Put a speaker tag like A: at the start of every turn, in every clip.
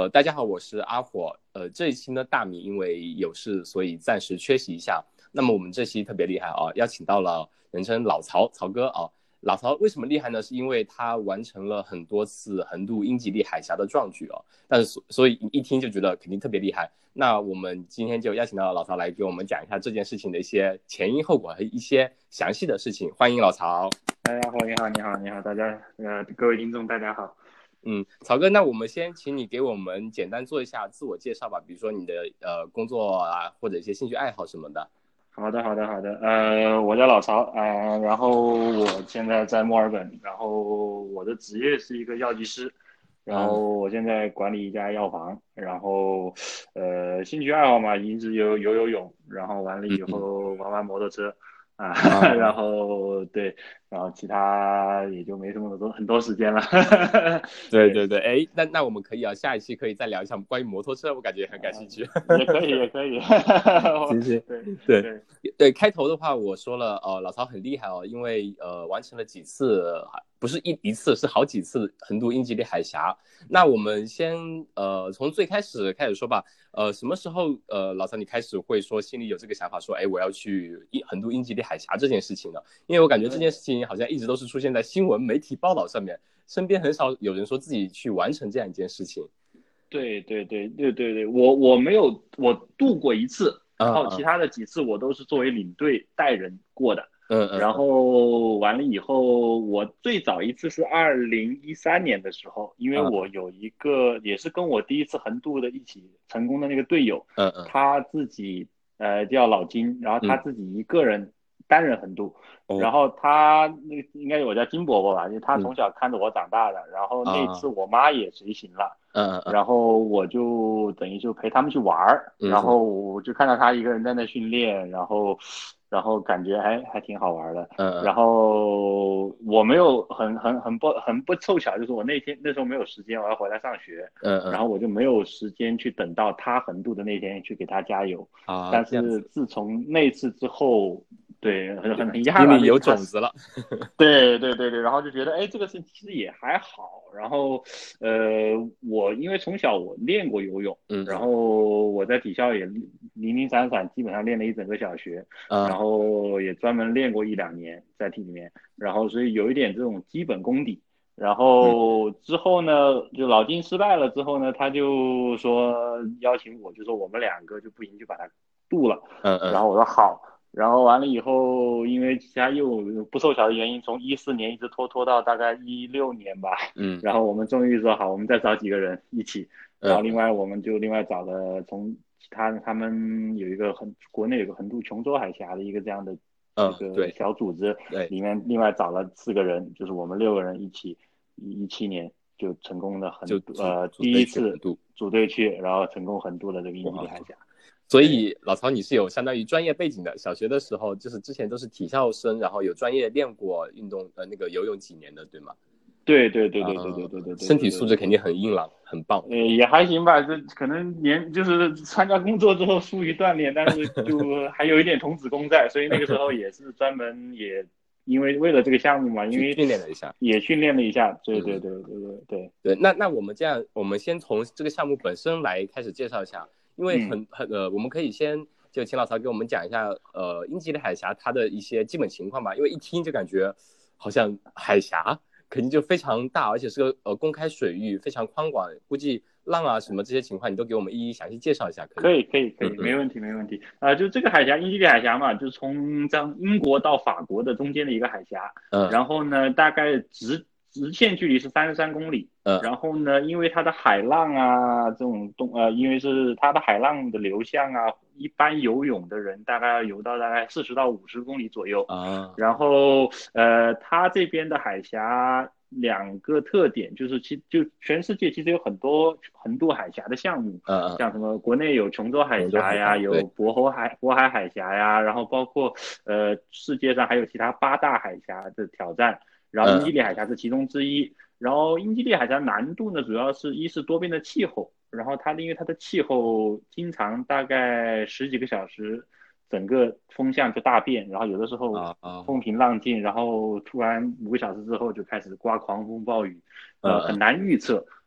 A: 大家好，我是阿火。这一期呢，大米因为有事，所以暂时缺席一下。那么我们这期特别厉害啊，邀请到了人称老曹曹哥啊。老曹为什么厉害呢？是因为他完成了很多次横渡英吉利海峡的壮举啊。但是所以一听就觉得肯定特别厉害。那我们今天就邀请到老曹来给我们讲一下这件事情的一些前因后果和一些详细的事情。欢迎老曹。
B: 阿火你好，你好，大家各位听众大家好。
A: 曹哥，那我们先请你给我们简单做一下自我介绍吧，比如说你的工作啊，或者一些兴趣爱好什么的。
B: 好的，我叫老曹，然后我现在在墨尔本，然后我的职业是一个药剂师，然后我现在管理一家药房，然后兴趣爱好嘛，一直游泳，然后完了以后玩玩摩托车啊，然后对，然后其他也就没什么很多时间了。
A: 对对对，哎，那我们可以啊，下一期可以再聊一下关于摩托车，我感觉很感兴趣。
B: 也可以。
A: 行行，
B: 对
A: 对
B: 对。
A: 对，开头的话我说了，老曹很厉害哦，因为完成了几次，不是一次，是好几次横渡英吉利海峡。那我们先从最开始说吧，什么时候老曹你开始会说心里有这个想法说，哎，我要去横渡英吉利海峡这件事情呢？因为我感觉这件事情好像一直都是出现在新闻媒体报道上面，身边很少有人说自己去完成这样一件事情。
B: 对，我没有，我渡过一次，然后其
A: 嗯
B: 他的几次我都是作为领队带人过的。然
A: 嗯
B: 后完了以后，我最早一次是2013年的时候，因为我有一个也是跟我第一次横渡的一起成功的那个队友，他自己叫老金，然后他自己一个人单人横渡。然后他那应该我叫金伯伯吧，因为他从小看着我长大的。然后那次我妈也随行了，然后我就等于就陪他们去玩儿，然后我就看到他一个人在那训练，然后感觉还挺好玩的。然后我没有很不凑巧，就是我那时候没有时间，我要回来上学，然后我就没有时间去等到他横渡的那天去给他加油。但是自从那次之后，对，很遗憾吧，
A: 心里有
B: 那次他
A: 种子了。
B: 对，然后就觉得，哎，这个事其实也还好。然后，我因为从小我练过游泳，然后我在体校也零零散散，基本上练了一整个小学，然后也专门练过1-2年在体里面，然后所以有一点这种基本功底。然后之后呢，就老金失败了之后呢，他就说邀请我，就说我们两个就不行，就把他渡了。然后我说好。然后完了以后，因为其他又有不凑巧的原因，从14年一直拖到大概16年吧。然后我们终于说好，我们再找几个人一起。然后另外我们就另外找了从其他们有一个国内有个横渡琼州海峡的一个这样的这个小组织，里面另外找了4个人，就是我们6个人一起，17年就成功的第一次组队去，然后成功横渡了这个英吉利海峡。
A: 所以老曹你是有相当于专业背景的，小学的时候就是之前都是体校生，然后有专业练过运动那个游泳几年的，对吗？
B: 对，
A: 身体素质肯定很硬朗，很棒。
B: 也还行吧，这可能就是参加工作之后疏于锻炼，但是就还有一点童子功在，所以那个时候也是专门也因为了这个项目嘛，因为
A: 训练了一下，
B: 也训练了一下。对。
A: 那我们这样，我们先从这个项目本身来开始介绍一下。因为我们可以先就请老曹给我们讲一下英吉利海峡它的一些基本情况吧，因为一听就感觉好像海峡肯定就非常大，而且是个公开水域，非常宽广，估计浪啊什么这些情况你都给我们一一详细介绍一下。
B: 可以，没问题就这个海峡英吉利海峡嘛，就从英国到法国的中间的一个海峡。然后呢大概直线距离是33公里。然后呢，因为它的海浪啊，这种因为是它的海浪的流向啊，一般游泳的人大概要游到大概40到50公里左右。然后它这边的海峡2个特点就是就全世界其实有很多横渡海峡的项目。像什么国内有琼州海峡呀，有渤海海峡呀，然后包括世界上还有其他8大海峡的挑战，然后英吉利海峡是其中之一。然后英吉利海峡难度呢，主要是一是多变的气候，然后因为它的气候经常大概10几个小时，整个风向就大变，然后有的时候风平浪静，然后突然5个小时之后就开始刮狂风暴雨，很难预测。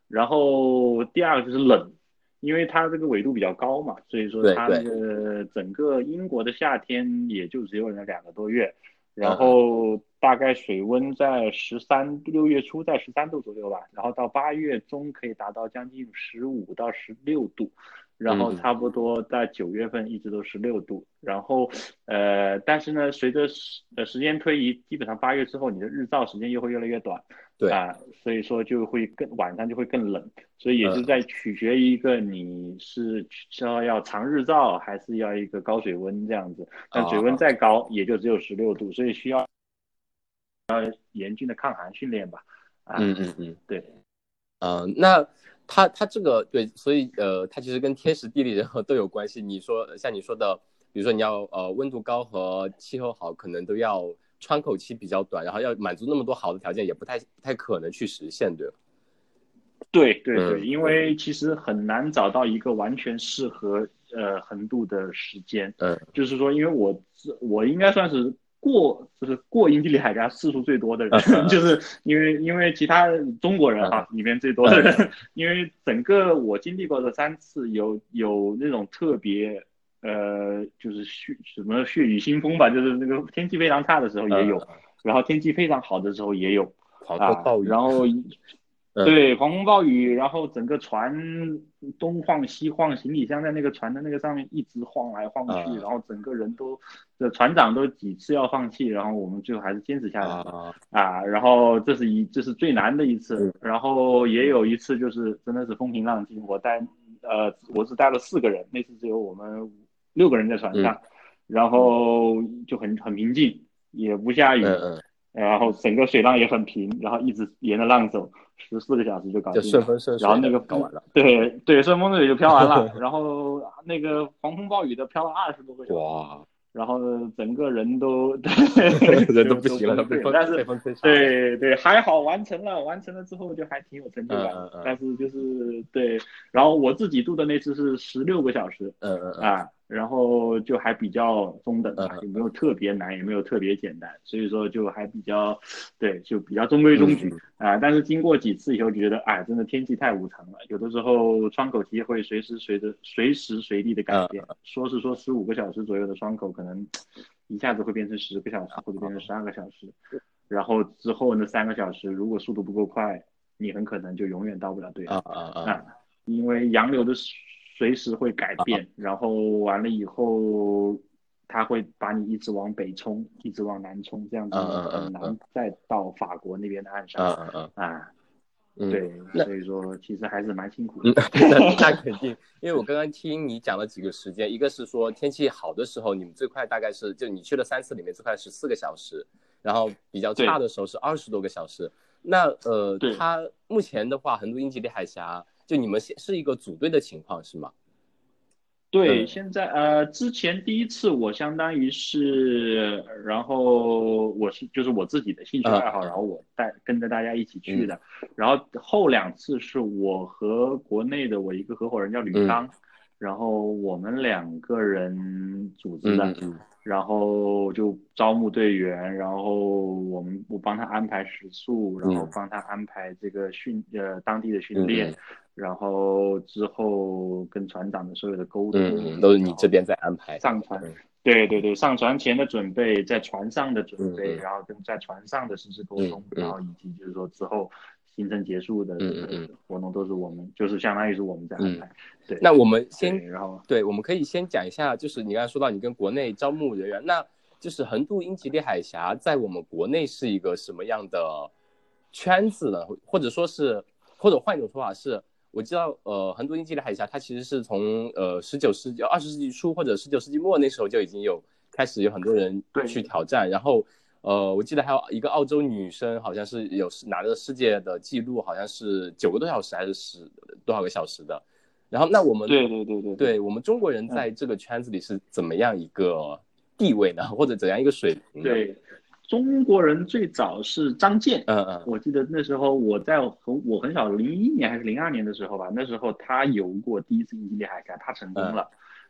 B: 然后第二个就是冷，因为它这个纬度比较高嘛，所以说它那个整个英国的夏天也就只有那2个多月，然后大概水温在6月初在13度左右吧，然后到8月中可以达到将近15到16度，然后差不多在9月份一直都16度，然后但是呢，随着时间推移，基本上8月之后，你的日照时间又会越来越短，
A: 对
B: 所以说就会晚上就会更冷，所以也就在取决于一个你是要长日照还是要一个高水温这样子，但水温再高也就只有16度，所以需要严峻的抗寒训练吧。对。
A: 那它这个对，所以它其实跟天时地利人和都有关系。你说像你说的，比如说你要温度高和气候好，可能都要窗口期比较短，然后要满足那么多好的条件，也不太可能去实现，对吧？
B: 对，因为其实很难找到一个完全适合横渡的时间。就是说，因为我应该算是过英吉利海峡次数最多的人，就是因为其他中国人里面最多的人，因为整个我经历过的3次有那种特别就是什么血雨腥风吧，就是那个天气非常差的时候也有，然后天气非常好的时候也有
A: 狂风暴雨，
B: 然后。对，狂风暴雨，然后整个船东晃西晃，行李箱在那个船的那个上面一直晃来晃去，然后整个人船长都几次要放弃，然后我们最后还是坚持下来了然后这是最难的一次，然后也有一次就是真的是风平浪静，我是带了4个人，那次只有我们6个人在船上，然后就很平静，也不下雨。然后整个水浪也很平，然后一直沿着浪走，14个小时就搞定了，
A: 就顺风顺水，
B: 然后那个
A: 搞完了。
B: 对，顺风顺水就漂完了，然后那个狂风暴雨的漂了20多个小时，哇！然后整个人都
A: 人都不行了，
B: 但是
A: 被风吹傻
B: 了。对，还好完成了之后就还挺有成就感的，但是就是对，然后我自己度的那次是16个小时，然后就还比较中等吧，也没有特别难，也没有特别简单，所以说就还比较就比较中规中矩但是经过几次以后，觉得真的天气太无常了，有的时候窗口期会随时随地的改变，说15个小时左右的窗口，可能一下子会变成10个小时，或者变成12个小时，然后之后那3个小时，如果速度不够快，你很可能就永远到不了对岸因为洋流的随时会改变，然后完了以后，它会把你一直往北冲，一直往南冲，这样子很难再到法国那边的岸上对，所以说其实还是蛮辛苦的。
A: 那肯定，因为我刚刚听你讲了几个时间，一个是说天气好的时候，你们最快大概是就你去了3次里面最快14个小时，然后比较差的时候是20多个小时。那它目前的话，横渡英吉利海峡，就你们是一个组队的情况是吗？
B: 对，现在之前第一次我相当于是，然后就是我自己的兴趣爱好，然后我跟着大家一起去的，然后后2次是我和国内的我一个合伙人叫吕刚，然后我们2个人组织的，然后就招募队员，然后我帮他安排食宿，然后帮他安排这个当地的训练。然后之后跟船长的所有的沟通，
A: 都是你这边在安排。
B: 上船，对，上船前的准备，在船上的准备，然后跟在船上的实时沟通，然后以及就是说之后行程结束的活动都是我们，就是相当于是我们在安排。对，
A: 那我们我们可以先讲一下，就是你刚才说到你跟国内招募人员，那就是横渡英吉利海峡在我们国内是一个什么样的圈子呢？或者换一种说法是。我知道，横渡英吉利海峡，它其实是从19世纪、20世纪初或者19世纪末那时候就已经开始有很多人去挑战。然后，我记得还有一个澳洲女生，好像是拿着世界的记录，好像是9个多小时还是10多少个小时的。然后，那我们对我们中国人在这个圈子里是怎么样一个地位呢？或者怎样一个水平呢？
B: 对。中国人最早是张健，我记得那时候我很小，01年还是02年的时候吧，那时候他游过第一次英吉利海峡，他成功了，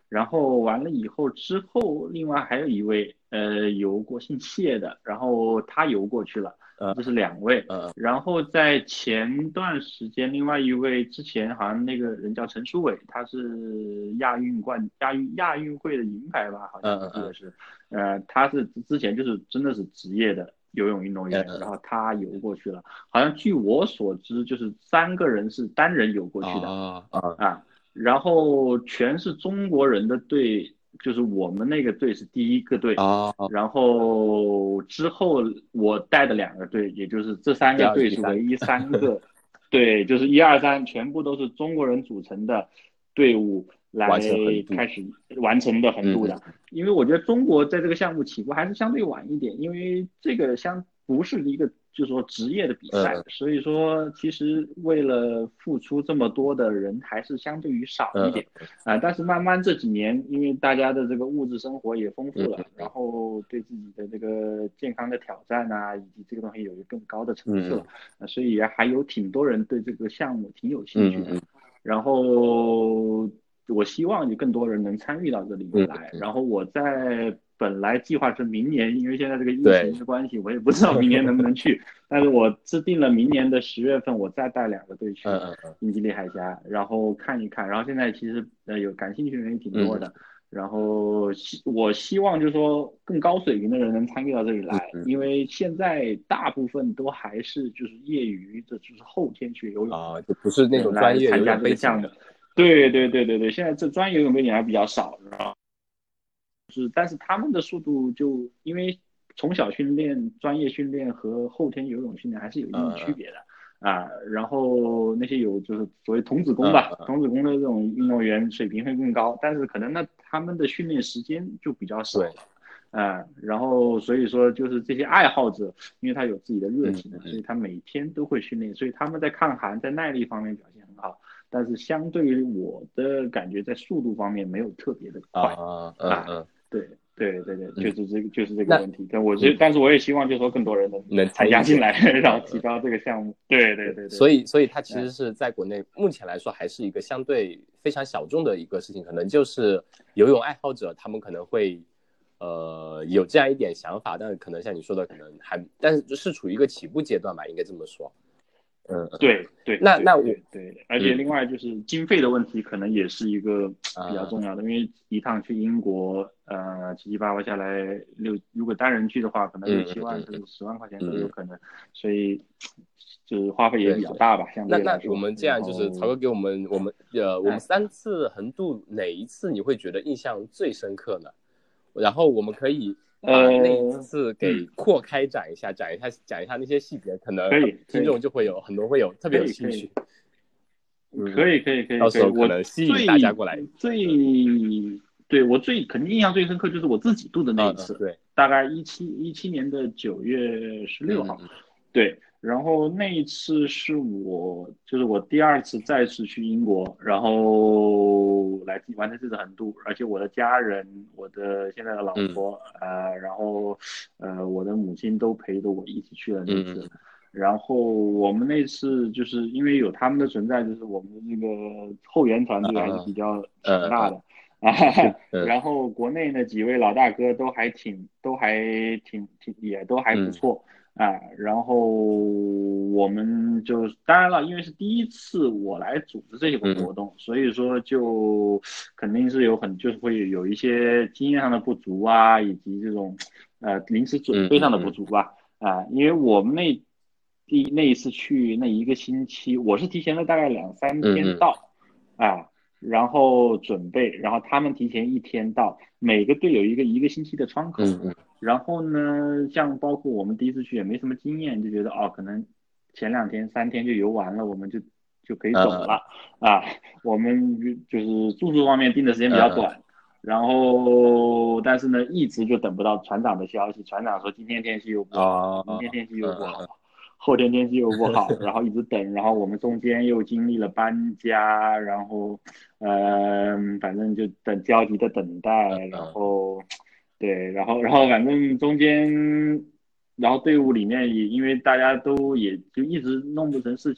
B: 然后完了以后之后，另外还有一位游过姓谢的，然后他游过去了，这是2位。然后在前段时间，另外一位之前好像那个人叫陈书伟，他是亚运会的银牌吧，好像记得是，他是之前就是真的是职业的游泳运动员，然后他游过去了，好像据我所知，就是3个人是单人游过去的然后全是中国人的队，就是我们那个队是第一个队然后之后我带的2个队，也就是这3个队是唯一3个，对，就是1、2、3全部都是中国人组成的队伍来开始完成的横渡的。因为我觉得中国在这个项目起步还是相对晚一点，因为这个不是一个就是说职业的比赛，所以说其实为了付出这么多的人还是相对于少一点但是慢慢这几年，因为大家的这个物质生活也丰富了，然后对自己的这个健康的挑战以及这个东西有一个更高的层次了所以还有挺多人对这个项目挺有兴趣的然后我希望有更多人能参与到这里面来然后我本来计划是明年，因为现在这个疫情的关系，我也不知道明年能不能去。但是我制定了明年的10月份，我再带2个队去英吉利海峡，然后看一看。然后现在其实有感兴趣的人也挺多的。然后我希望就是说更高水平的人能参与到这里来，因为现在大部分都还是就是业余的，就是后天去游泳
A: 就不是那种专业
B: 参加这个项目。对，现在这专业游泳背景还比较少，然后但是他们的速度就因为从小训练、专业训练和后天游泳训练还是有一定区别的然后那些有就是所谓童子功吧，童子功的这种运动员水平会更高，但是可能他们的训练时间就比较少然后所以说就是这些爱好者，因为他有自己的热情所以他每天都会训练，所以他们在抗寒、在耐力方面表现很好，但是相对于我的感觉，在速度方面没有特别的快对，就是这个问题。但是我也希望，就是说更多人能参加进来，然后提高这个项目。对。
A: 所以它其实是在国内目前来说还是一个相对非常小众的一个事情，可能就是游泳爱好者他们可能会有这样一点想法，但是可能像你说的，可能但是是处于一个起步阶段吧，应该这么说。
B: 对，
A: 那我
B: 对，而且另外就是经费的问题，可能也是一个比较重要的，因为一趟去英国，七七八八下来如果单人去的话，可能6、7万甚至10万块钱都有可能，所以就是花费也比较大吧，相对来说。
A: 那我们这样就是曹哥给我们3次横渡，哪一次你会觉得印象最深刻呢？然后我们可以把那一次给扩开讲一下那些细节，可能听众就会有很多会有特别有兴趣。
B: 可以，
A: 到时候可能吸引大家过来。
B: 对我肯定印象最深刻就是我自己渡的那一次，
A: 对，
B: 大概17年的9月16号，对，然后那一次是我第2次再次去英国，然后来完成这次横渡，而且我的家人，我的现在的老婆然后我的母亲都陪着我一起去了那次。然后我们那次就是因为有他们的存在，就是我们的这个后援团队还是比较强大的然后国内的几位老大哥都还也都还不错然后我们就当然了，因为是第一次我来组织这个活动，所以说就肯定是就是会有一些经验上的不足以及这种临时准备上的不足吧因为我们那一次去那1个星期，我是提前了大概2、3天到然后准备，然后他们提前1天到，每个队有一个星期的窗口然后呢，像包括我们第一次去也没什么经验，就觉得可能前2天、3天就游完了，我们就可以走了我们就是住宿方面定的时间比较短然后但是呢一直就等不到船长的消息，船长说今天天气又不好明天天气又不好后天天气又不好然后一直等，然后我们中间又经历了搬家，然后反正就焦急的等待然后对，然后反正中间，然后队伍里面也因为大家都也就一直弄不成事情，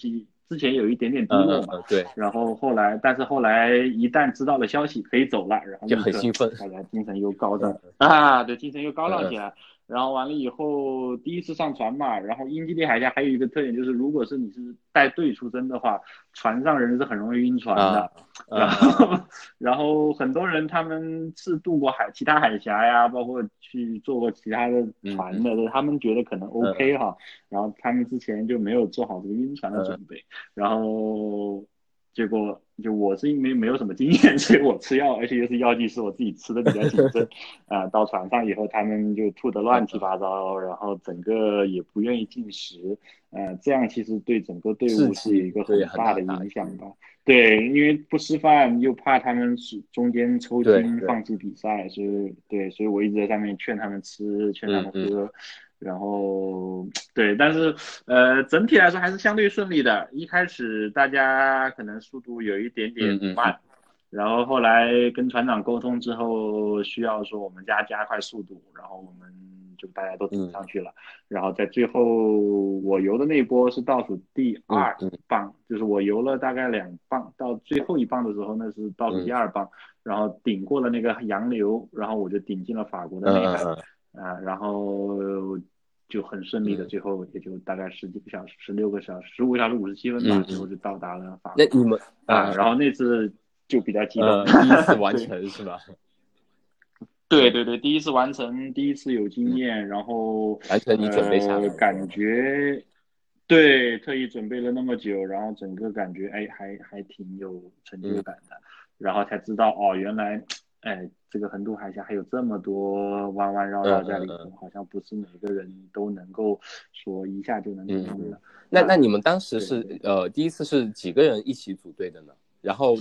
B: 之前有一点点低落嘛，
A: 对。
B: 然后但是后来一旦知道了消息可以走了，然后
A: 就很兴奋，
B: 大家精神又高涨对，精神又高涨起来。然后完了以后，第一次上船嘛，然后英吉利海峡还有一个特点就是，如果是你是带队出身的话，船上人是很容易晕船的。然后很多人他们是渡过其他海峡呀，包括去坐过其他的船的，他们觉得可能 OK 哈，然后他们之前就没有做好这个晕船的准备，然后结果就我是因为没有什么经验，所以我吃药，而且又是药剂师，我自己吃的比较谨慎到船上以后他们就吐得乱七八糟，然后整个也不愿意进食，这样其实对整个队伍是有一个很大的影响吧。对，因为不吃饭又怕他们是中间抽筋放弃比赛，所以我一直在上面劝他们吃，劝他们喝。然后对，但是整体来说还是相对顺利的。一开始大家可能速度有一点点慢，然后后来跟船长沟通之后，需要说我们加快速度，然后我们就大家都顶上去了。然后在最后我游的那一波是倒数第2棒，就是我游了大概2棒，到最后一棒的时候那是倒数第2棒，然后顶过了那个洋流，然后我就顶进了法国的内海。然后就很顺利的，最后也就大概10几个小时、16个小时、15个小时57分吧，最后就到达了法国。
A: 那你们
B: 然后那次就比较激动，
A: 第一次完成是吧？
B: 对，第一次完成，第一次有经验，然后
A: 完成你准备下来，
B: 感觉对，特意准备了那么久，然后整个感觉还挺有成就感的，然后才知道原来这个横渡海峡还有这么多弯弯绕绕在里头，好像不是每个人都能够说一下就能成功的。
A: 那你们当时是第一次是几个人一起组队的呢？然后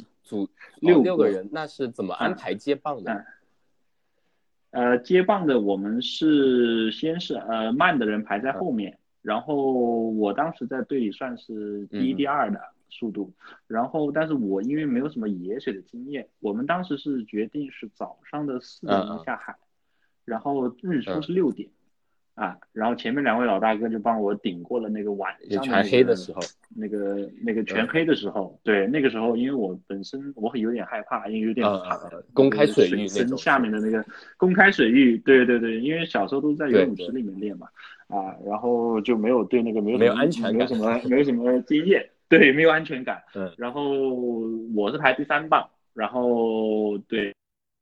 A: 6个人，那是怎么安排接棒的？
B: 接棒的我们是先是慢的人排在后面，然后我当时在队里算是第一、第2的速度，然后但是我因为没有什么野水的经验，我们当时是决定是早上的4点钟下海，然后日出是6点。然后前面2位老大哥就帮我顶过了那个晚上
A: 全黑的时候，
B: 那个全黑的时候，对，那个时候因为我本身我有点害怕，因为有点怕
A: 公开水域
B: 那种下面的那个公开水域，对，因为小时候都在游泳池里面练嘛，然后就没有对那个没有
A: 安全感，
B: 没有什么经验，对，没有安全感，然后我是排第3棒，然后对。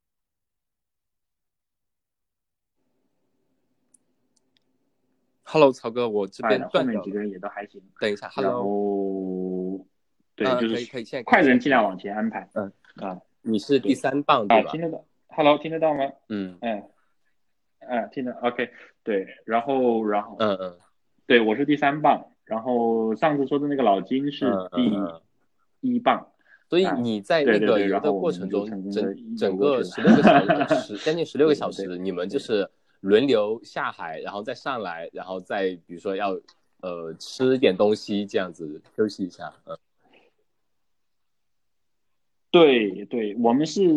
A: Hello， 曹哥，我这边
B: 后面几个人也都还行。
A: 等一下
B: ，Hello。然后，对，就是
A: 可以，现在
B: 快的人尽量往前安排。
A: 你是第3棒对吧？
B: 听得到 ？Hello， 听得到吗？听得 OK。对，然后，对，我是第3棒，然后上次说的那个老金是第1棒。
A: 所以你在那个游的过程中，整个16个小时，将近16个小时，你们就是轮流下海，然后再上来，然后再比如说要吃点东西，这样子休息一下。
B: 对，我们是，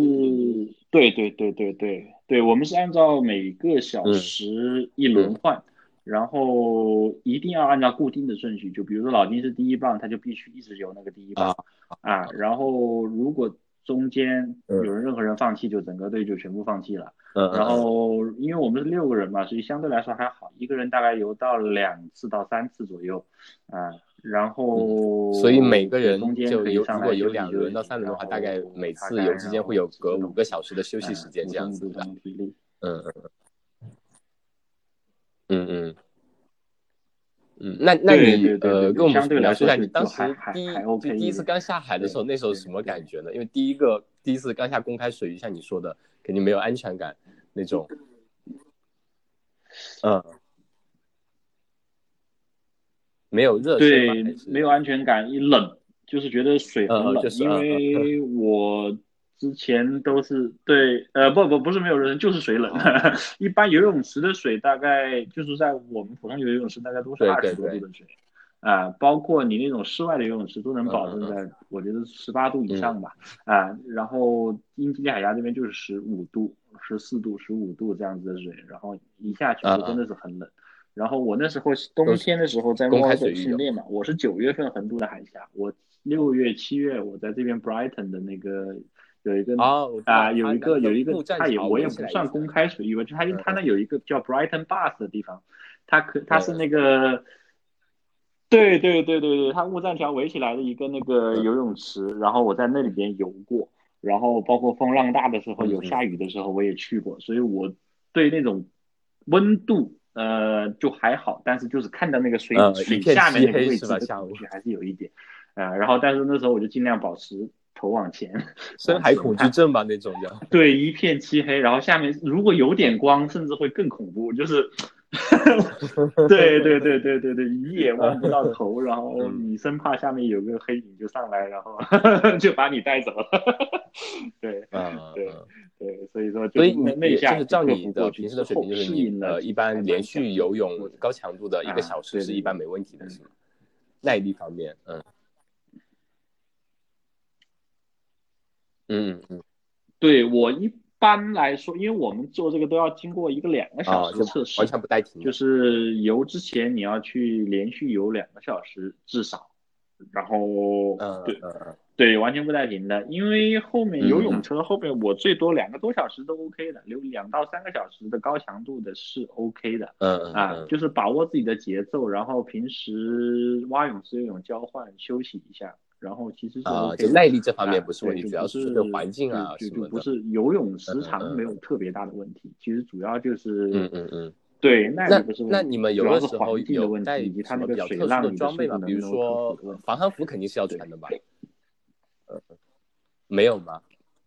B: 对，我们是按照每个小时一轮换，然后一定要按照固定的顺序，就比如说老金是第1棒，他就必须一直游那个第1棒然后如果中间有任何人放弃，就整个队就全部放弃了。然后因为我们是6个人嘛，所以相对来说还好，一个人大概游到2次到3次左右然后
A: 所以每个人
B: 中间
A: 就如果有2轮到3轮的话，大概每次游之间会有隔5个小时的休息时间，这样子。那你跟我们描述一下，你当时第一次刚下海的时候，那时候什么感觉呢？因为第一次刚下公开水域，像你说的，肯定没有安全感那种。没有热身吗？
B: 对，没有安全感，一冷就是觉得水很冷，因为我之前都是对，不是没有热身，就是水冷。一般游泳池的水大概就是在我们普通游泳池大概都是20多度的水，包括你那种室外的游泳池都能保证在，我觉得18度以上吧，然后英吉利海峡这边就是15度、14度、15度这样子的水，然后一下去就真的是很冷。 然后我那时候冬天的时候在墨尔本训练嘛，我是9月份横渡的海峡，我6月、7月我在这边 Brighton 的那个有一个有一个，我也不算公开水域吧，就它那有一个叫 Brighton Bus 的地方，它是那个。对对对对对，它木栈桥围起来的一个那个游泳池，然后我在那里边游过，然后包括风浪大的时候，有下雨的时候我也去过，所以我对那种温度就还好，但是就是看到那个水下面那个位置的恐惧还是有一点，然后但是那时候我就尽量保持头往前，
A: 深海恐惧症吧那种的。
B: 对，一片漆黑，然后下面如果有点光，甚至会更恐怖，就是。对对对对对对，一眼望不到头，然后你生怕下面有个黑影就上来，然后就把你带走了。对，对，所以说，
A: 所以你
B: 那下
A: 就是照你的平时的水平，就是你一般连续游泳高强度的1个小时是一般没问题的，是吗？耐力方面，
B: 对我一般来说，因为我们做这个都要经过1个2个小时的测试，
A: 完全不带停，
B: 就是游之前你要去连续游2个小时至少，然后对，完全不带停的，因为后面游泳车后面我最多2个多小时都 OK 的，留2到3个小时的高强度的是 OK 的，就是把握自己的节奏，然后平时蛙泳、自由泳交换休息一下。然后其实是 OK
A: 就耐力这方面不是问题，主要是对环境啊什么的，
B: 就不是游泳时长没有特别大的问题，其实主要就是
A: 对，
B: 耐力不是问题。
A: 那你们游的时候
B: 有
A: 带
B: 以及它那
A: 比较特殊的装备吗？比如说防寒服肯定是要穿的吧？没有吗？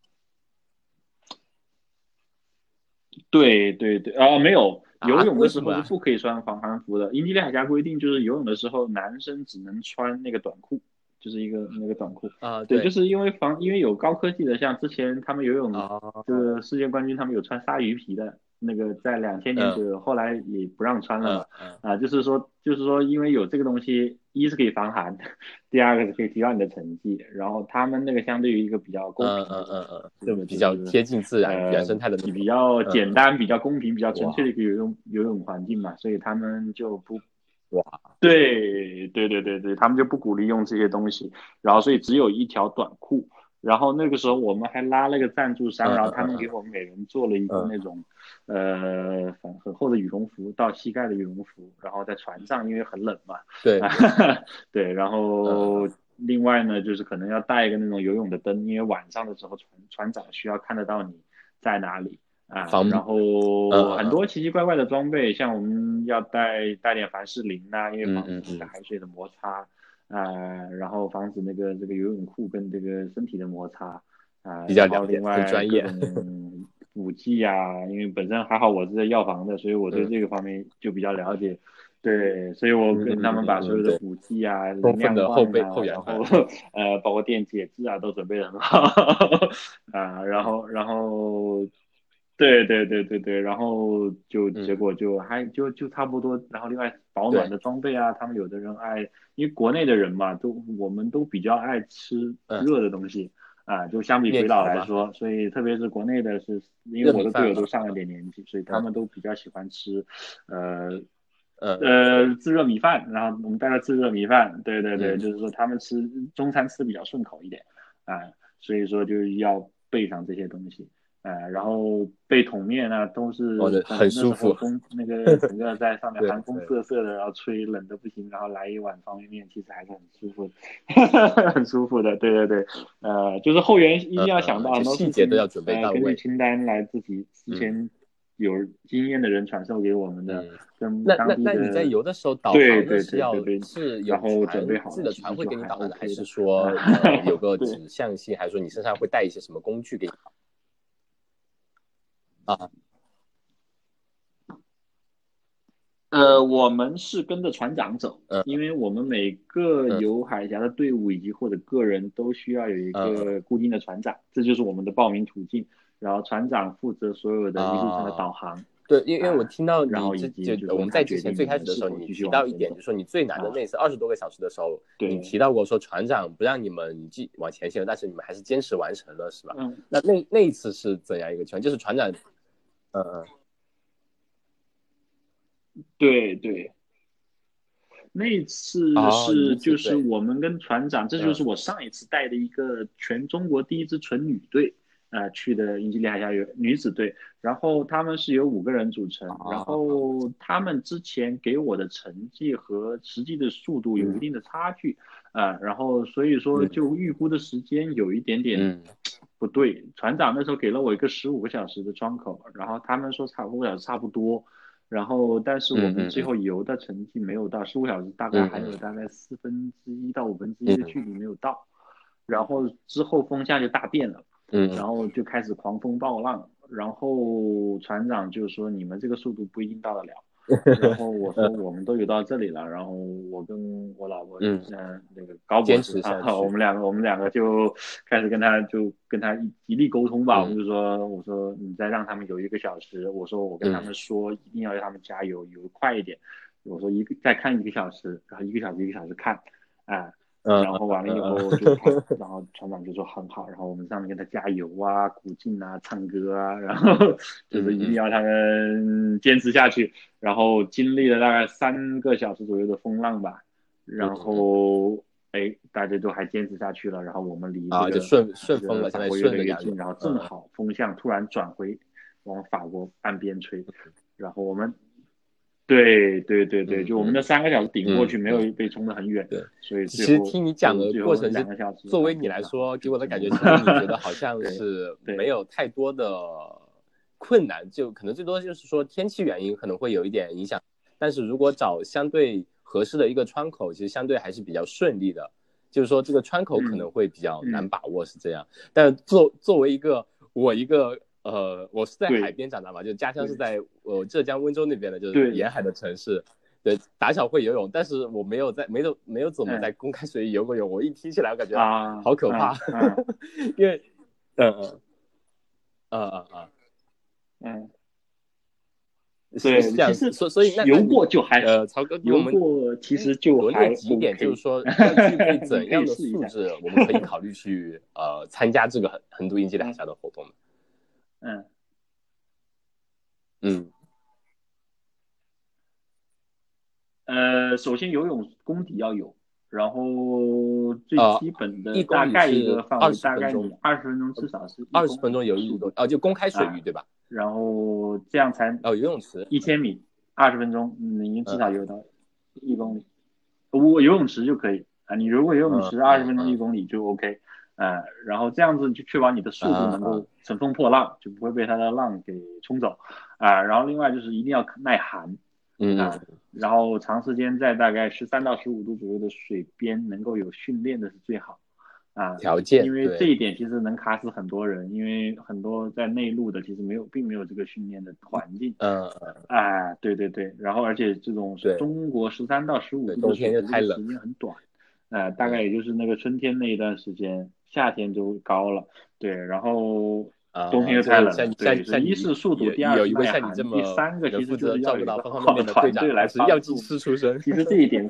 B: 对对对，没有。游泳的时候是不可以穿防寒服的。英吉利海峡规定就是游泳的时候，男生只能穿那个短裤，就是那个短裤对，就是因为有高科技的，像之前他们游泳这个世界冠军，他们有穿鲨鱼皮的那个，在2000年左右，后来也不让穿了嘛。就是说，因为有这个东西，一是可以防寒，第二个是可以提高你的成绩。然后他们那个相对于一个比较公平的，
A: 就比较贴近自然原生态的，
B: 比较简单、比较公平、比较纯粹的一个游泳环境嘛，所以他们就不。对，他们就不鼓励用这些东西，然后所以只有一条短裤。然后那个时候我们还拉了个赞助商，然后他们给我们每人做了一个那种很厚的羽绒服，到膝盖的羽绒服，然后在船上因为很冷嘛，对，然后另外呢就是可能要带一个那种游泳的灯，因为晚上的时候船长需要看得到你在哪里。然后很多奇奇怪怪的装备，像我们要带点凡士林因为防止海水的摩擦然后防止这个游泳裤跟这个身体的摩擦
A: 比较
B: 然后另外
A: 专业
B: 补剂因为本身还好我是在药房的，所以我对这个方面就比较了解。对，所以我跟他们把所有的补剂能量棒然后包括电解质都准备得很好然后对，然后结果就差不多，然后另外保暖的装备他们有的人因为国内的人嘛，我们都比较爱吃热的东西就相比鬼岛来说，所以特别是国内的因为我的队友都上了点年纪，所以他们都比较喜欢吃自热米饭，然后我们带了自热米饭，对，就是说他们吃中餐吃比较顺口一点所以说就要备上这些东西。然后备桶面都是
A: 很舒服，
B: 那个整个在上面寒风瑟瑟的，然后吹冷的不行，然后来一碗方便面，其实还是很舒服的，很舒服的。对，就是后援一定要想到很多
A: 细节都要准备到位，
B: 根据清单来自己之前有经验的人传授给我们的。
A: 那你在游的时候导航的是有自己的船会给你导航的，还是说有个指向性，还是说你身上会带一些什么工具给你导？
B: 我们是跟着船长走，因为我们每个游海峡的队伍以及或者个人都需要有一个固定的船长，这就是我们的报名途径。然后船长负责所有的一路上的导航。
A: 对，因为我听到你我们在之前最开始的时候，你提到一点，就是说你最难的那次20多个小时的时候，你提到过说船长不让你们往前行，但是你们还是坚持完成了，是吧？那一次是怎样一个情况？就是船长，
B: 对对，那次
A: 哦，女
B: 是就是
A: 子队，
B: 我们跟船长，这就是
A: 嗯
B: 我上一次带的一个全中国第一支纯女队，去的英吉利海峡女子队。然后他们是由5个人组成，然
A: 啊，
B: 后他们之前给我的成绩和实际的速度有一
A: 嗯
B: 定的差距，然后所以说
A: 嗯
B: 就预估的时间有一点点
A: 嗯
B: 不对。船长那时候给了我一个15个小时的窗口，然后他们说15个小时差不多。然后，但是我们最
A: 嗯嗯嗯
B: 后游的成绩没有到15个小时，大概还有
A: 嗯
B: 大概1/4到1/5的
A: 嗯
B: 距离没有到。然后之后风向就大变了，然
A: 嗯
B: 后就开始狂风暴浪，然后船长就说你们这个速度不一定到得了。然后我说我们都游到这里了，然后我跟我老婆，
A: 嗯，
B: 那个高博
A: 坚
B: 士啊，
A: 持下去，
B: 我们两个就开始跟他极力沟通吧。我们
A: 嗯
B: 就说，我说你再让他们游1个小时，我说我跟他
A: 嗯
B: 们说一定要让他们加油，游快一点。我说再看1个小时，然后1个小时看，啊、
A: 嗯
B: 然后完了以
A: 嗯
B: 后就他，然后船长就说很好，然后我们上面跟他加油啊、鼓劲啊、唱歌啊，然后就是一定
A: 嗯嗯
B: 要他们坚持下去。然后经历了大概3个小时左右的风浪吧，然
A: 嗯嗯，
B: 后大家都还坚持下去了，然后我们离这
A: 啊，就
B: 个
A: 顺风了，相当于
B: 法国越
A: 顺着洋流，
B: 来越近，然后正
A: 嗯嗯
B: 好风向突然转回往法国岸边吹，然后我们对对对对，就我们的
A: 嗯嗯
B: 3个小时顶过去，没有
A: 嗯嗯。
B: 被冲得很远，
A: 对，
B: 所以
A: 其实
B: 最后
A: 听你讲的
B: 就最后
A: 过程，就
B: 两个小时
A: 作为你
B: 半坚持好，
A: 来说，给
B: 就
A: 我的感觉，
B: 这么，
A: 其实你觉得好像
B: 对
A: 是没
B: 对，
A: 有太多的困难，就可能最多就是说天气原因可能会有一点影响，但是如果找相对合适的一个窗口，其实相对还是比较顺利的。就是说这个窗口可能
B: 嗯
A: 会比较难
B: 嗯，
A: 把握，是这样。但作为一个我是在海
B: 对
A: 边长大嘛，就家乡是
B: 对
A: 在浙江温州那边的，就是
B: 对，
A: 沿海的城市。对，打小会游泳，但是我没有怎么在
B: 嗯
A: 公开水域游过泳。我一提起来，我感觉
B: 啊
A: 好可怕，
B: 嗯嗯
A: 因为嗯嗯
B: 嗯。对，
A: 是这样，
B: 其实
A: 所以那
B: 游
A: 你
B: 过就还好，
A: 曹哥给我
B: 游
A: 们
B: 过其实就
A: 罗列
B: 还
A: 几点，就是
B: OK，
A: 说要具备
B: 你可以
A: 怎样的
B: 试一下。
A: 素质，我们可以考虑去参加这个横渡英吉利海
B: 嗯
A: 峡的活动呢？
B: 嗯，
A: 嗯
B: 首先游泳功底要有，然后最
A: 呃，
B: 基本的
A: 一公里
B: 大概一个
A: 是二
B: 范围，大概你
A: 十分钟，
B: 20分钟至少是一
A: 二十分
B: 公里
A: 钟游一公
B: 的速度
A: 就公开水域
B: 啊，
A: 对吧？
B: 然后这样才
A: 游泳池，
B: 1000米20分钟，你至少
A: 嗯
B: 游到1公里。我游泳池就可以啊，你如果游泳
A: 嗯
B: 池20分钟一
A: 嗯嗯
B: 公里就 OK，然后这样子就确保你的速度能
A: 啊
B: 够乘风破浪，就不会被它的浪给冲走然后另外就是一定要耐寒
A: 嗯嗯，
B: 然后长时间在大概13到15度左右的水边能够有训练的是最好
A: 条件
B: 因为这
A: 对，
B: 一点其实能卡死很多人，因为很多在内陆的其实并没有这个训练的环境。
A: 嗯
B: 对对对，然后而且这种
A: 对
B: 中国13到15度的
A: 对，冬天就
B: 水的这
A: 太冷了，
B: 个时间很短，大概
A: 嗯
B: 也就是那个春天那一段时间，夏天就高了，对，然后冬天又
A: 就是
B: 太冷了，对，所以一是速度，第二
A: 有一位
B: 是耐寒，第
A: 像你这么
B: 三个其实
A: 能负责
B: 就是要有一
A: 照顾到方方面
B: 个很好的
A: 面的队长，
B: 团队来
A: 还是药剂
B: 帮助。
A: 师出身。
B: 其实这一点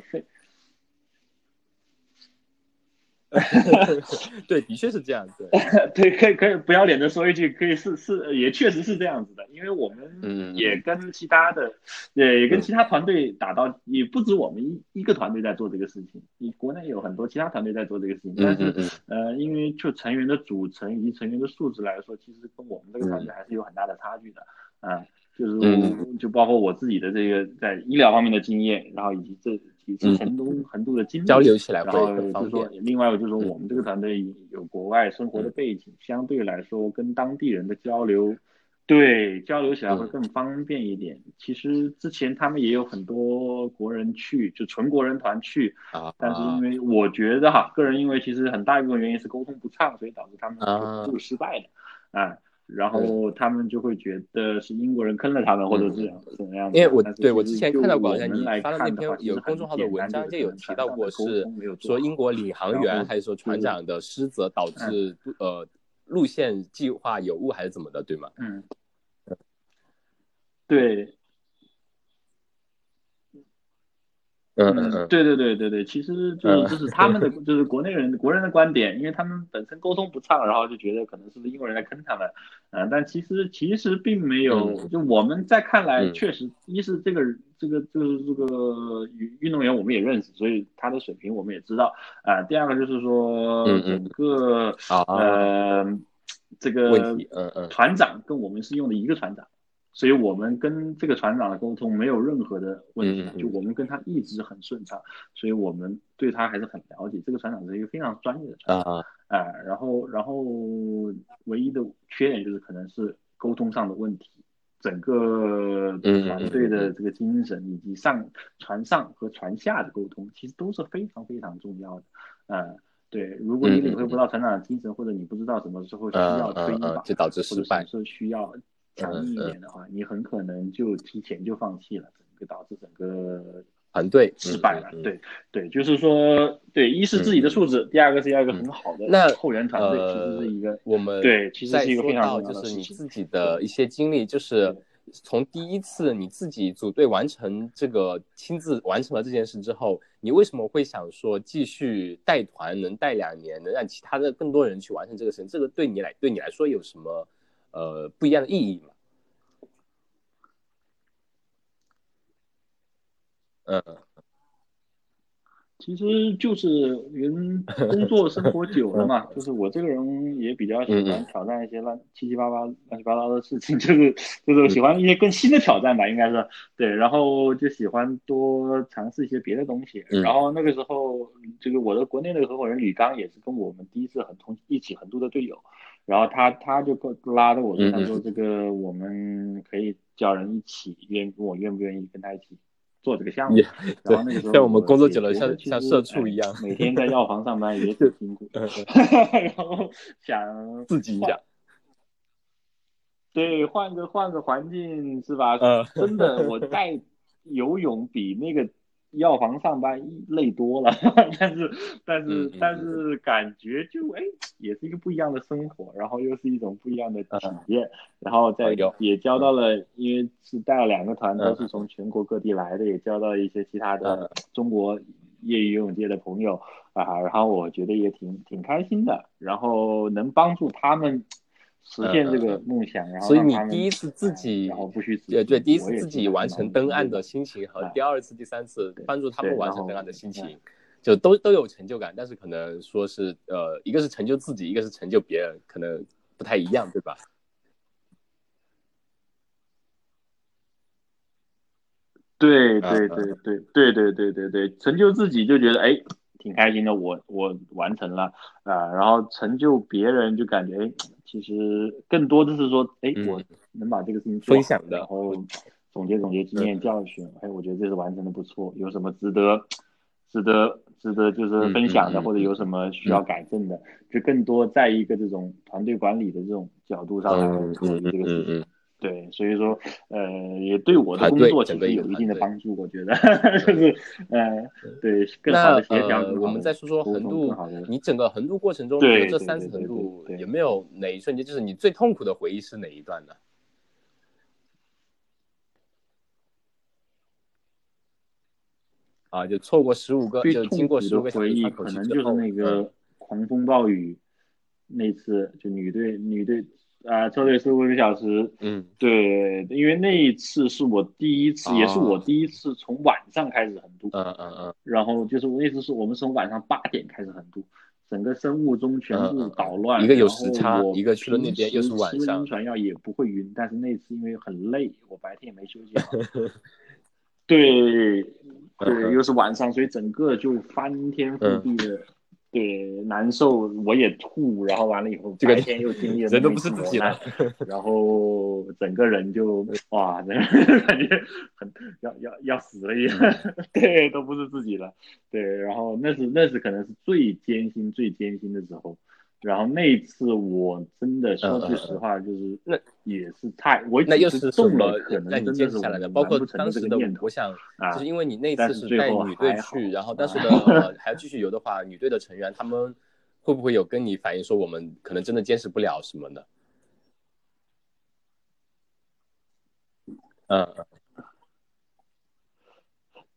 A: 对，的确是这样。对，
B: 对，可以不要脸的说一句，可以也确实是这样子的，因为我们也
A: 嗯嗯
B: 跟其他的，也跟
A: 嗯
B: 其他团队打到，也不止我们一个团队在做这个事情，你国内有很多其他团队在做这个事情，但是
A: 嗯嗯
B: 因为就成员的组成以及成员的素质来说，其实跟我们这个团
A: 嗯
B: 队还是有很大的差距的，就是
A: 嗯
B: 就包括我自己的这个在医疗方面的经验，然后以及这几次
A: 嗯，
B: 横渡的经历，
A: 交流起来
B: 然后
A: 会很
B: 就是说，
A: 方便。
B: 另外就是说，
A: 嗯
B: 我们这个团队有国外生活的
A: 嗯
B: 背景，相对来说跟当地人的交流，对，交流起来会
A: 嗯
B: 更方便一点。其实之前他们也有很多国人去，就纯国人团去，但是因为我觉得个人因为其实很大一部分原因是沟通不畅，所以导致他们就横渡失败的然
A: 嗯
B: 后他们就会觉得是英国人坑了他们，或者是
A: 嗯，
B: 怎么样子
A: 因为
B: 的。但是
A: 我
B: 其实就
A: 之前看到过，好
B: 我们
A: 像你发的那
B: 来看的话，其实
A: 篇有公众
B: 很简单，就
A: 号的文章，
B: 是
A: 就有
B: 可能船
A: 提到过，
B: 上的沟
A: 是
B: 通没有做好。
A: 说英国领航
B: 然后
A: 员还是说
B: 就是
A: 船长的失责导致路线计划有误还是怎么的，对吗？
B: 对对对对对对，其实就是这是他们的，就是国人的观点，因为他们本身沟通不畅，然后就觉得可能是不是英国人在坑他们，但其实并没有，就我们在看来，确实，一是就是这个运动员我们也认识，所以他的水平我们也知道，第二个就是说整个这个团长跟我们是用的一个船长。所以我们跟这个船长的沟通没有任何的问题，就我们跟他一直很顺畅，所以我们对他还是很了解。这个船长是一个非常专业的船长，然后唯一的缺点就是可能是沟通上的问题，整个团队的这个精神以及船上和船下的沟通，其实都是非常非常重要的，对，如果你领会不到船长的精神，或者你不知道什么时候需要推一把，
A: 就导致失败，
B: 或者什么时候需要强硬一点的话，你很可能就提前就放弃了，导致整个
A: 团队
B: 失败了。对，就是说，对，一是自己的素质，第二个是要一个很好的后援团队，其实是一个
A: 我们
B: 对，其实是一个非常重要
A: 的事情。就是你自己
B: 的
A: 一些经历，就是从第一次你自己组队完成这个亲自完成了这件事之后，你为什么会想说继续带团，能带2年，能让其他的更多人去完成这个事情？这个对你来说有什么不一样的意义吗？
B: 其实就是人工作生活久了嘛，就是我这个人也比较喜欢挑战一些七七八八乱七八糟的事情，就是喜欢一些更新的挑战吧，应该是对，然后就喜欢多尝试一些别的东西。然后那个时候，这个我的国内的合伙人吕刚也是跟我们第一次一起横渡的队友，然后他就拉着我说，他说这个我们可以叫人一起，我愿不愿意跟他一起做这个项目，然后那个时候
A: 像我们工作久了，像社畜一样，
B: 每天在药房上班也挺辛苦，然后想
A: 刺激一下，
B: 对，换个环境是吧？真的，我带游泳比那个药房上班累多了，但是感觉就也是一个不一样的生活，然后又是一种不一样的体验，然后也交到了，因为是带了2个团，都是从全国各地来的，也交到一些其他的中国业余游泳界的朋友然后我觉得也挺开心的，然后能帮助他们实现这个梦想，然后
A: 所以你
B: 让他们
A: 第一次自己，
B: 然后不虚此行，
A: 对，第一次自己完成登岸的心情和第2次、第3次帮助他们完成登岸的心情，就都有成就感，但是可能说是一个是成就自己，一个是成就别人，可能不太一样，对吧？
B: 对，成就自己就觉得挺开心的，我完成了然后成就别人就感觉其实更多的是说我能把这个事情做好，然后总结经验教训，我觉得这是完成的不错，有什么值得就是分享的，或者有什么需要改正的，就更多在一个这种团队管理的这种角度上来考虑这个事情。对，所以说，也对我的工作其实有一定的帮助，我觉得，就是对，更好的协调。
A: 我们再说说横渡，你整个横渡过程中，这3次横渡有没有哪一瞬间，就是你最痛苦的回忆是哪一段呢？就错过15个，就经过15个小时
B: 可能就是那个狂风暴雨那次，就女队车队15个小时，对，因为那一次是我第一次，也是我第一次从晚上开始横渡，然后就是那次是我们从晚上8点开始横渡，整个生物钟全部捣乱，
A: 一个有时差，一个去了那边又是晚上，
B: 吃晕船药也不会晕，但是那次因为很累，我白天也没休息好，对，又是晚上，所以整个就翻天覆地的，对，难受，我也吐，然后完了以后，白天又经历了
A: 人都不是自己了，
B: 然后整个人就哇，感觉很要死了一样，对，都不是自己了，对，然后那是可能是最艰辛的时候。然后那一次我真的说句实话，就是
A: 那
B: 也是
A: 那又是什么
B: 让
A: 你坚持下来的？包括当时的我想，就是因为你那次是带女队去，然后当时的还要继续游的话，女队的成员他们会不会有跟你反映说我们可能真的坚持不了什么的？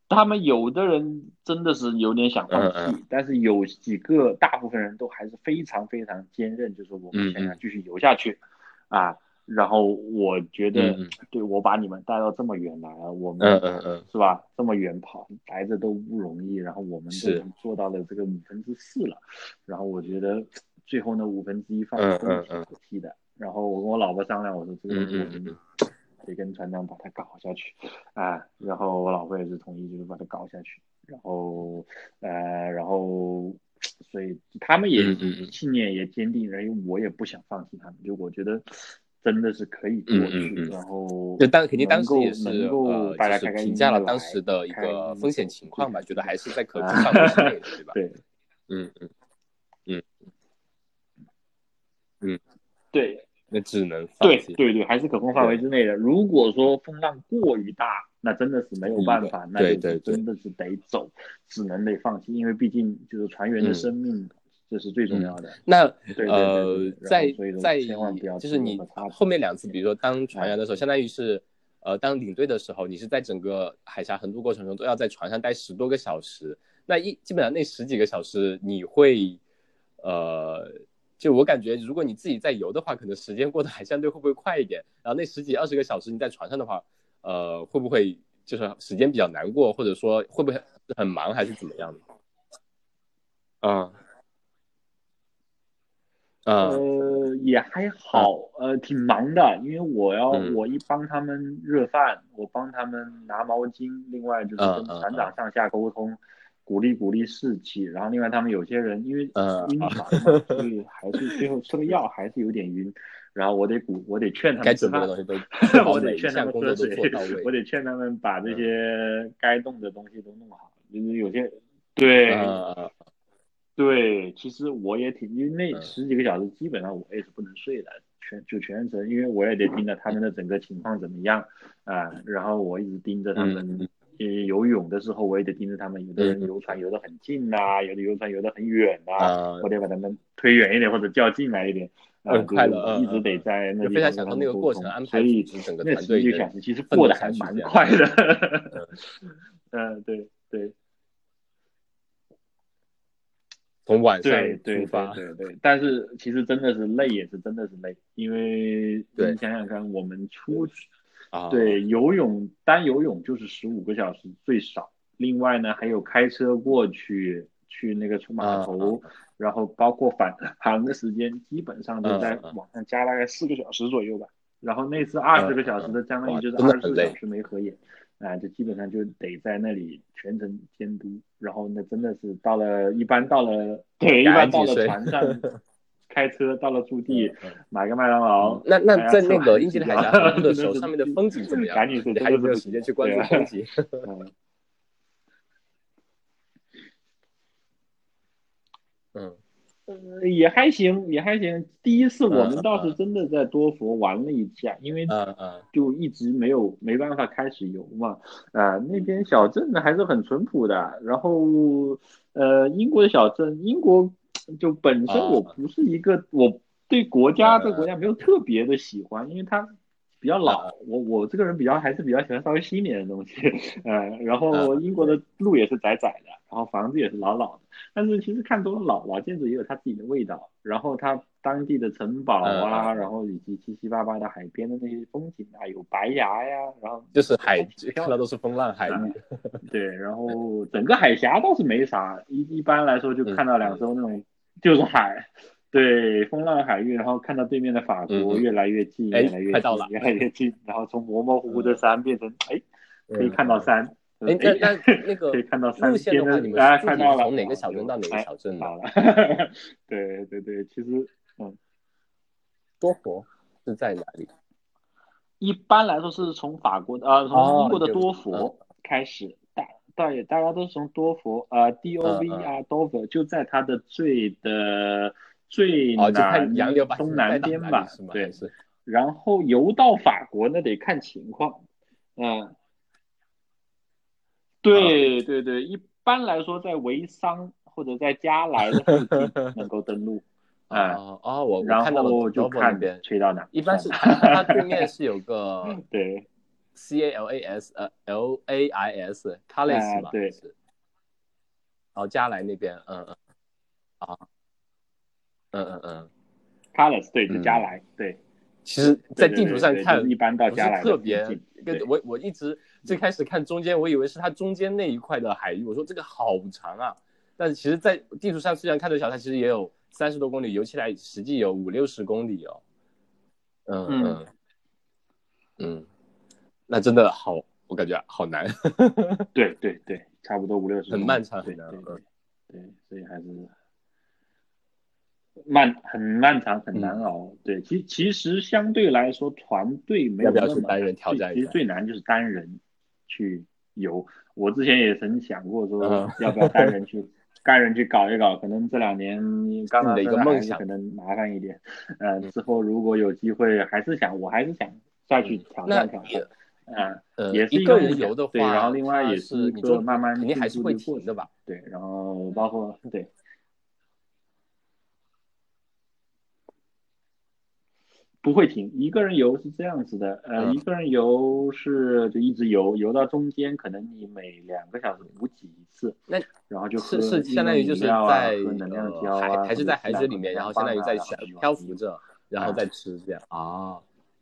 B: 他们有的人真的是有点想放弃，但是有几个大部分人都还是非常非常坚韧，就是我们想要继续游下去啊。然后我觉得，对，我把你们带到这么远来了，我们是吧？这么远跑来着都不容易，然后我们都已经做到了这个4/5了，然后我觉得最后那1/5放弃都挺可惜的。然后我跟我老婆商量，我说这个东西我们得跟船长把它搞下去啊。然后我老婆也是同意，就是把它搞下去。然后所以他们也信念也坚定，因为我也不想放弃他们，就我觉得真的是可以过去，然后
A: 就肯定当时也是
B: 能够大家
A: 就是
B: 开开心心
A: 评价了当时的一个风险情况吧，觉得还是在可控范围之内的，对吧？
B: 对，对，
A: 那只能放弃。
B: 对，还是可控范围之内的。如果说风浪过于大，那真的是没有办法，那就真的是得走，只能得放弃，因为毕竟就是船员的生命，这是最重要的。
A: 那
B: 在
A: 千
B: 万不要
A: 就是你后面2次，比如说当船员的时候，相当于是当领队的时候，你是在整个海峡横渡过程中都要在船上待10多个小时。那基本上那10几个小时，你会就我感觉，如果你自己在游的话，可能时间过得还相对会不会快一点？然后那10几20个小时你在船上的话，会不会就是时间比较难过，或者说会不会很忙，还是怎么样的？
B: 也还好，挺忙的，因为我一帮他们热饭，我帮他们拿毛巾，另外就是跟船长上下沟通，鼓励士气，然后另外他们有些人因为晕船嘛，所以还是最后吃了药还是有点晕，然后我得劝他们吃饭，我得劝他们喝水，我得劝他们把这些该弄的东西都弄好，就是有些对，其实我也挺，因为那10几个小时基本上我也是不能睡的，全程，因为我也得盯着他们的整个情况怎么样啊，然后我一直盯着他们，游泳的时候我也得盯着他们，有的人游船游得很近呐，有的游船游得很远呐，我得把他们推远一点或者叫进来一点，
A: 快乐，
B: 一直得在那
A: 非常享受那个过程，安排
B: 组
A: 织整个
B: 那
A: 团队
B: 10几个小时其实过得还蛮快的，对。
A: 从晚上出发，
B: 对，但是其实真的是累，也是真的是累，因为你想想看，我们出去，对，单游泳就是15个小时最少，另外呢还有开车过去那个出码头，然后包括返航的时间，基本上都在往上加大概4个小时左右吧，然后那次20个小时的，相当于就是24小时没合眼。就基本上就得在那里全程监督，然后那真的是一般到了船上，开车到了驻地，买个麦当劳。
A: 那在那个英吉利海峡横渡的时候，上面的风景怎么样？
B: 赶紧睡，
A: 你还有没有时间去关注风景？
B: 也还行，也还行。第一次我们倒是真的在多佛玩了一下，因为就一直没办法开始游嘛。那边小镇呢还是很淳朴的。然后英国的小镇，英国就本身我不是我对这个国家没有特别的喜欢，因为它比较老。我这个人还是比较喜欢稍微新一点的东西。然后英国的路也是窄窄的，然后房子也是老的。但是其实看多了老建筑也有它自己的味道，然后它当地的城堡啊，然后以及七七八八的海边的那些风景啊，有白崖呀，然后
A: 就是看到都是风浪海域。
B: 对，然后整个海峡倒是没啥，一般来说就看到2艘那种就是海，对，风浪海域，然后看到对面的法国越来越近，越来越近，越来越近，然后从模模糊糊的山变成可以看到山。
A: 那个
B: 可以看到
A: 路线的话，你们是从哪个小镇到哪个小镇的？
B: 对，其实
A: 多佛是在哪里？
B: 一般来说是从从英国的多佛开始，大家都是从多佛DOV 啊 Dover 就在它的最南东南边吧，对，然后游到法国那得看情况，对，一般来说在维桑或者在加莱的附近能够登陆。
A: 我
B: 然
A: 看到了
B: 就看
A: 那边
B: 吹到哪，
A: 一般是它对面是有个
B: 对
A: Calais 嘛，
B: 对，
A: 是。加莱那边，啊，
B: Calais 对，就加莱，对。
A: 其实，在地图上
B: 对，
A: 看，
B: 就是一般到
A: 不是
B: 加莱的
A: 特别。
B: 附近。
A: 我一直最开始看中间，我以为是它中间那一块的海域，我说这个好长啊。但是其实，在地图上虽然看着小，它其实也有30多公里，游起来实际有50-60公里哦。那真的好，我感觉好难。
B: 对，差不多50-60公里，
A: 很漫长，很难。
B: 对，所以还是很漫长，很难熬。对，其实相对来说，团队没有那么难。
A: 要不要去单人挑战一下？
B: 其实最难就是单人去游。我之前也曾想过说，要不要单人去搞一搞。可能这2年刚刚生了孩子，可能麻烦一点。之后如果有机会，我还是想再去挑战。也是
A: 一个
B: 个梦想。
A: 人游的话，
B: 对，然后另外也
A: 是
B: 一个慢慢
A: 肯定还是会
B: 停
A: 的吧？
B: 对，然后包括对。不会停，一个人游是这样子的，一个人游是就一直游到中间，可能你每2个小时补给一次，
A: 那
B: 然后就喝
A: 相当于就是
B: 在喝能量胶啊，
A: 还是在海水里面，然后相当于在漂浮着，然后再吃这样啊。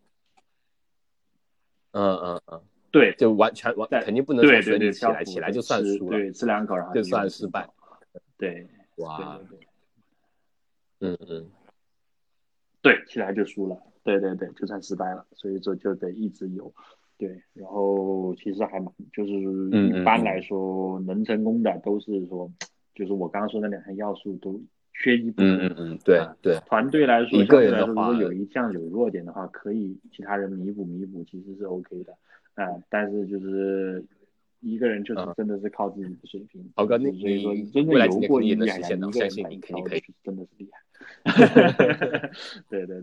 B: 对，
A: 就肯定不能从水里起来就算输了，
B: 对，吃2口然后
A: 就算失败。
B: 对，
A: 哇，
B: 对，起来就输了，对，就算失败了，所以说就得一直游。对，然后其实还蛮，就是一般来说能成功的都是说，就是我刚刚说那2项要素都缺一不可。
A: 对。
B: 团队来说，
A: 一个人的话，
B: 如果有一项有弱点的话，可以其他人弥补，其实是 OK 的。但是就是一个人就是真的是靠自己的水平。
A: 豪哥，
B: 所以说真
A: 正
B: 游过
A: 也能
B: 1海洋，
A: 实现的，
B: 一个人
A: 相信你肯定可以，
B: 真的是厉害。对，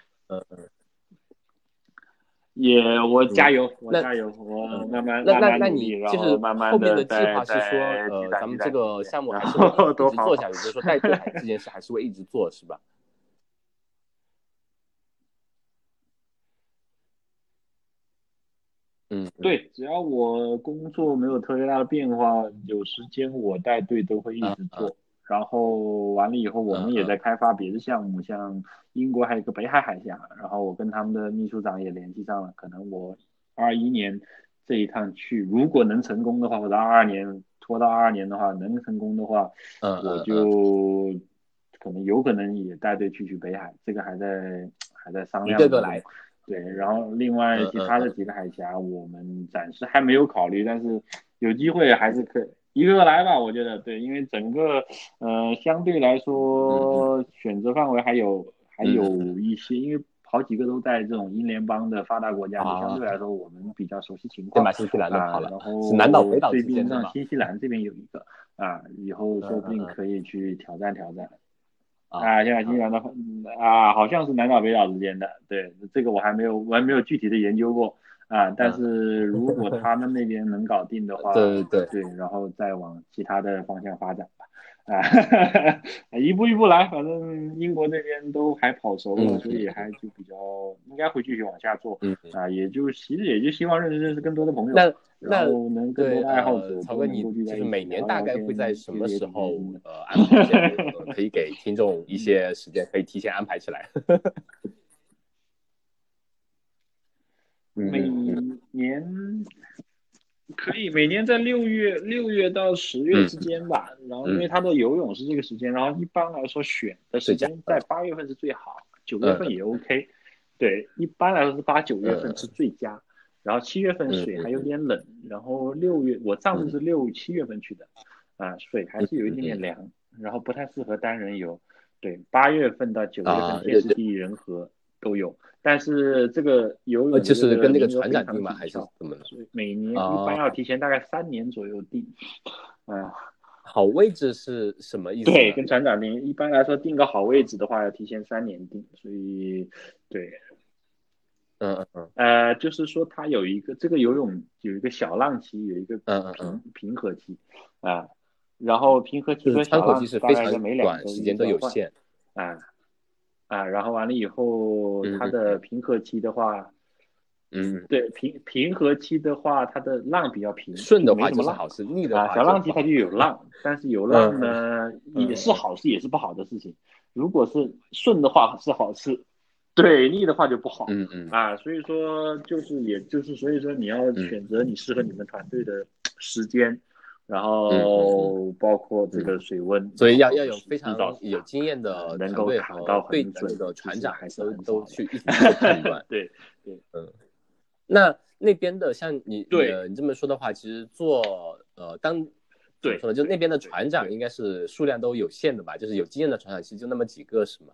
B: 我加油，我慢慢努力，然后慢慢
A: 后面的计
B: 再
A: 划是说，咱们这个项目还是会一直做下去，就是说带队海这件事还是会一直做，是吧？
B: 对，只要我工作没有特别大的变化，有时间我带队都会一直做。然后完了以后，我们也在开发别的项目，像英国还有一个北海海峡，然后我跟他们的秘书长也联系上了，可能我21年这一趟去，如果能成功的话，或者22年拖到22年的话，能成功的话，我就有可能也带队去北海，这个还在商量中。
A: 来。
B: 对，然后另外其他的几个海峡我们暂时还没有考虑，但是有机会还是可以一个来吧，我觉得对，因为整个相对来说选择范围还有一些，因为好几个都在这种英联邦的发达国家，相对来说我们比较熟悉情况。
A: 先把新西兰都跑了，
B: 然后
A: 是南岛北岛
B: 对
A: 之间的
B: 边上新西兰这边有一个以后说不定可以去挑战。现在新西兰的好像是南岛北岛之间的，对，这个我还没有具体的研究过但是如果他们那边能搞定的话，对，然后再往其他的方向发展吧。一步一步来，反正英国那边都还跑熟了，所以还就比较应该会继续往下做。其实也就希望认识更多的朋友，然后能更多的爱好者
A: 曹哥，你
B: 就是
A: 每年大概会在什么时候安排一些会合？可以给听众一些时间，可以提前安排起来。
B: 每年可以每年在6月到10月之间吧。然后因为他的游泳是这个时间，然后一般来说选的时间在8月份是最好，9月份也 OK。对，一般来说是8、9月份是最佳。然后7月份水还有点冷，然后6月我上次是6、7月份去的水还是有一点点凉，然后不太适合单人游。对，8月份到9月份天时地利人和都有。但是这个游泳
A: 就是跟那个船长
B: 订
A: 嘛，还是怎么的？
B: 每年一般要提前大概3年左右订。
A: 好位置是什么意思？
B: 对，跟船长订。一般来说，订个好位置的话，要提前3年订。所以，对，就是说它有一个这个游泳有一个小浪期，有一个平和期然后平和期和小浪期大概在每2周
A: 时间都有限
B: 然后完了以后，它的平和期的话， 对，平和期的话，它的浪比较平，
A: 顺的话
B: 没什么浪。
A: 就是好事，逆的话
B: 小浪期它就有浪，但是有浪呢，也是好事，也是不好的事情。如果是顺的话是好事，对，逆的话就不好。所以说所以说你要选择你适合你们团队的时间，然后包括这个水温，
A: 所以要有非常有经验的
B: 能够卡到很准
A: 的船长
B: 还是
A: 都去一起去判断。
B: 对，
A: 那边的像你这么说的话，其实做当怎么说呢，就那边的船长应该是数量都有限的吧，就是有经验的船长其实就那么几个，是吗？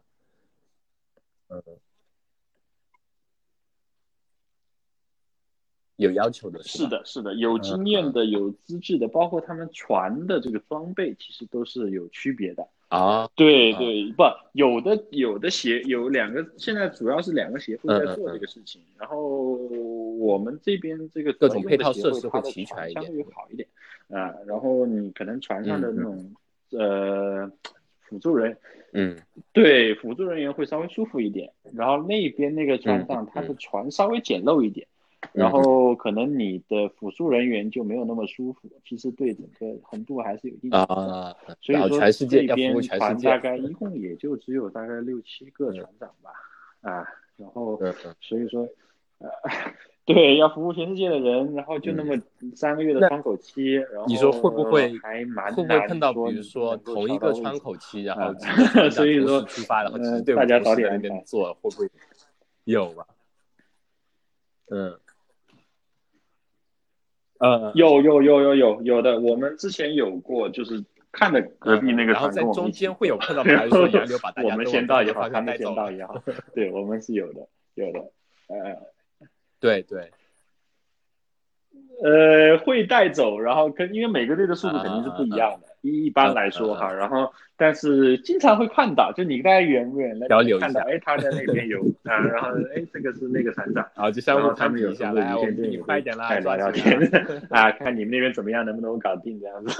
A: 有要求的
B: 是的，有经验的，有资质的，包括他们船的这个装备，其实都是有区别的
A: 啊。
B: 对，不，有的有两个，现在主要是两个协会在做这个事情，然后我们这边这个
A: 各种配套设施会齐全一点，
B: 相对好一点然后你可能船上的那种辅助人，对，辅助人员会稍微舒服一点，然后那边那个船上他的船稍微简陋一点。然后可能你的辅助人员就没有那么舒服，其实对整个横渡还是有一定影响。所以说这边船大概一共也就只有大概6、7个船长吧，然后所以说对，要服务全世界的人，然后就那么3个月的窗口期，然后
A: 你说会不会碰到比如说同一个窗口期，然后几个船长同时出发，然后其实队伍同时在那边做，会不会有吧？
B: 有的，我们之前有过，就是看着隔壁那个船跟我们，然后
A: 在中间会有碰到，比如说洋流把大家
B: 我们先到也好，他们先到也好，对，我们是有的，
A: 对，
B: 会带走，然后因为每个队的速度肯定是不一样的，一般来说然后但是经常会看到，就你大概远不远的看到，他在那边游然后这个是那个船长，
A: 然后就相互
B: 他们有时候
A: 来，我们你快一点啦，
B: 聊聊天看你们那边怎么样，能不能搞定这样子。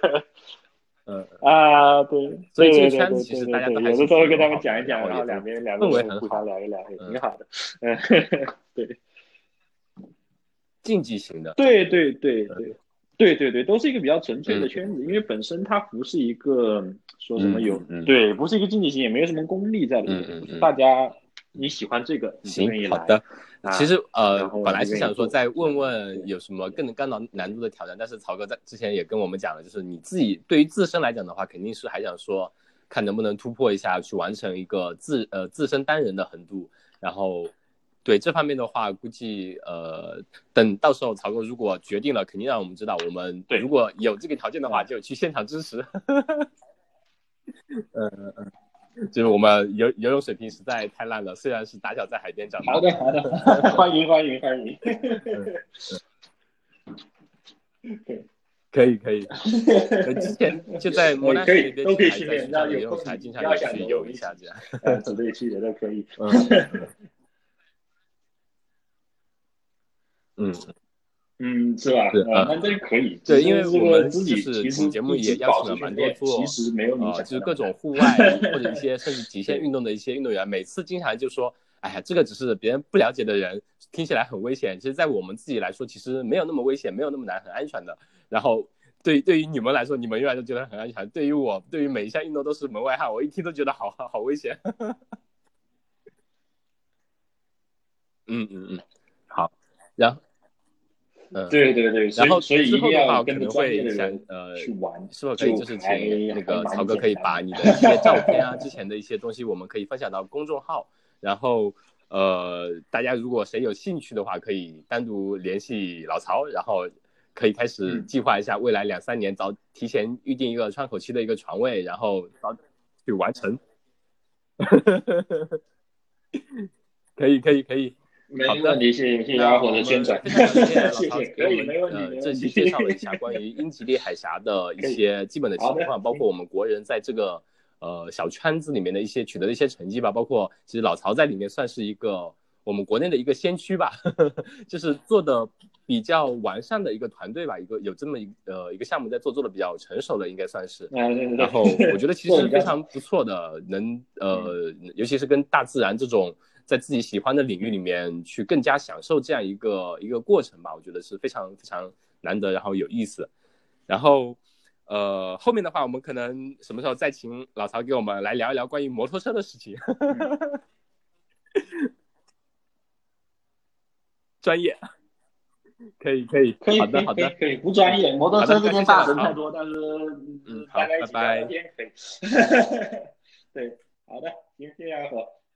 B: 对，
A: 所以这个圈子其实大家
B: 有的时候会跟他们讲一讲，然后两边互相聊一聊，也挺好的。对。
A: 竞技型的，
B: 对，都是一个比较纯粹的圈子，因为本身它不是一个说什么对，不是一个竞技型，也没有什么功利在里面，大家你喜欢这个，你就愿意来。
A: 好的，其实本来是想说再问问有什么更高难度的挑战，但是曹哥在之前也跟我们讲了，就是你自己对于自身来讲的话，肯定是还想说看能不能突破一下，去完成一个自身单人的横渡，然后。对这方面的话，估计等到时候曹哥如果决定了，肯定让我们知道。我们如果有这个条件的话，就去现场支持。就是我们游泳水平实在太烂了，虽然是打小在海边长大。
B: 好的，欢迎。
A: 可以。之前就在摩纳斯
B: 都可以训练，
A: 那游泳池经常也去游一下，这
B: 样。组队去的都可以。是吧？那这个可以。
A: 对，因为我们就是我们节目也邀请了蛮多做，就是各种户外或者一些甚至极限运动的一些运动员，每次经常就说，哎呀，这个只是别人不了解的人，听起来很危险。其实，在我们自己来说，其实没有那么危险，没有那么难，很安全的。然后，对于你们来说，你们永远都觉得很安全。对于我，对于每一项运动都是门外汉，我一听都觉得好危险。好，然后。
B: 对，
A: 然后
B: 所以一定要
A: 可能会想
B: 去玩，
A: 是否可以就是请那个曹哥可以把你的一些照片啊，之前的一些东西，我们可以分享到公众号，然后大家如果谁有兴趣的话，可以单独联系老曹，然后可以开始计划一下未来2、3年，提前预定一个窗口期的一个床位，然后去完成。可以。
B: 没问题，谢谢阿火的宣传，
A: 非常感谢老
B: 曹
A: 给我们这期介绍了一下关于英吉利海峡的一些基本的情况，包括我们国人在这个小圈子里面的一些取得的一些成绩吧，包括其实老曹在里面算是一个我们国内的一个先驱吧，就是做的比较完善的一个团队吧，有这么一个项目在做的比较成熟的应该算是，然后我觉得其实非常不错的，尤其是跟大自然这种在自己喜欢的领域里面去更加享受这样一个过程吧，我觉得是非常非常难得，然后有意思。然后后面的话我们可能什么时候再请老曹给我们来聊一聊关于摩托车的事情。专业。可以，好的，
B: 可以，不专业，摩托车这边大神太多，但是
A: 好，
B: 大家一起聊聊
A: 拜拜。
B: 天可以。对，好的，行，谢谢阿和。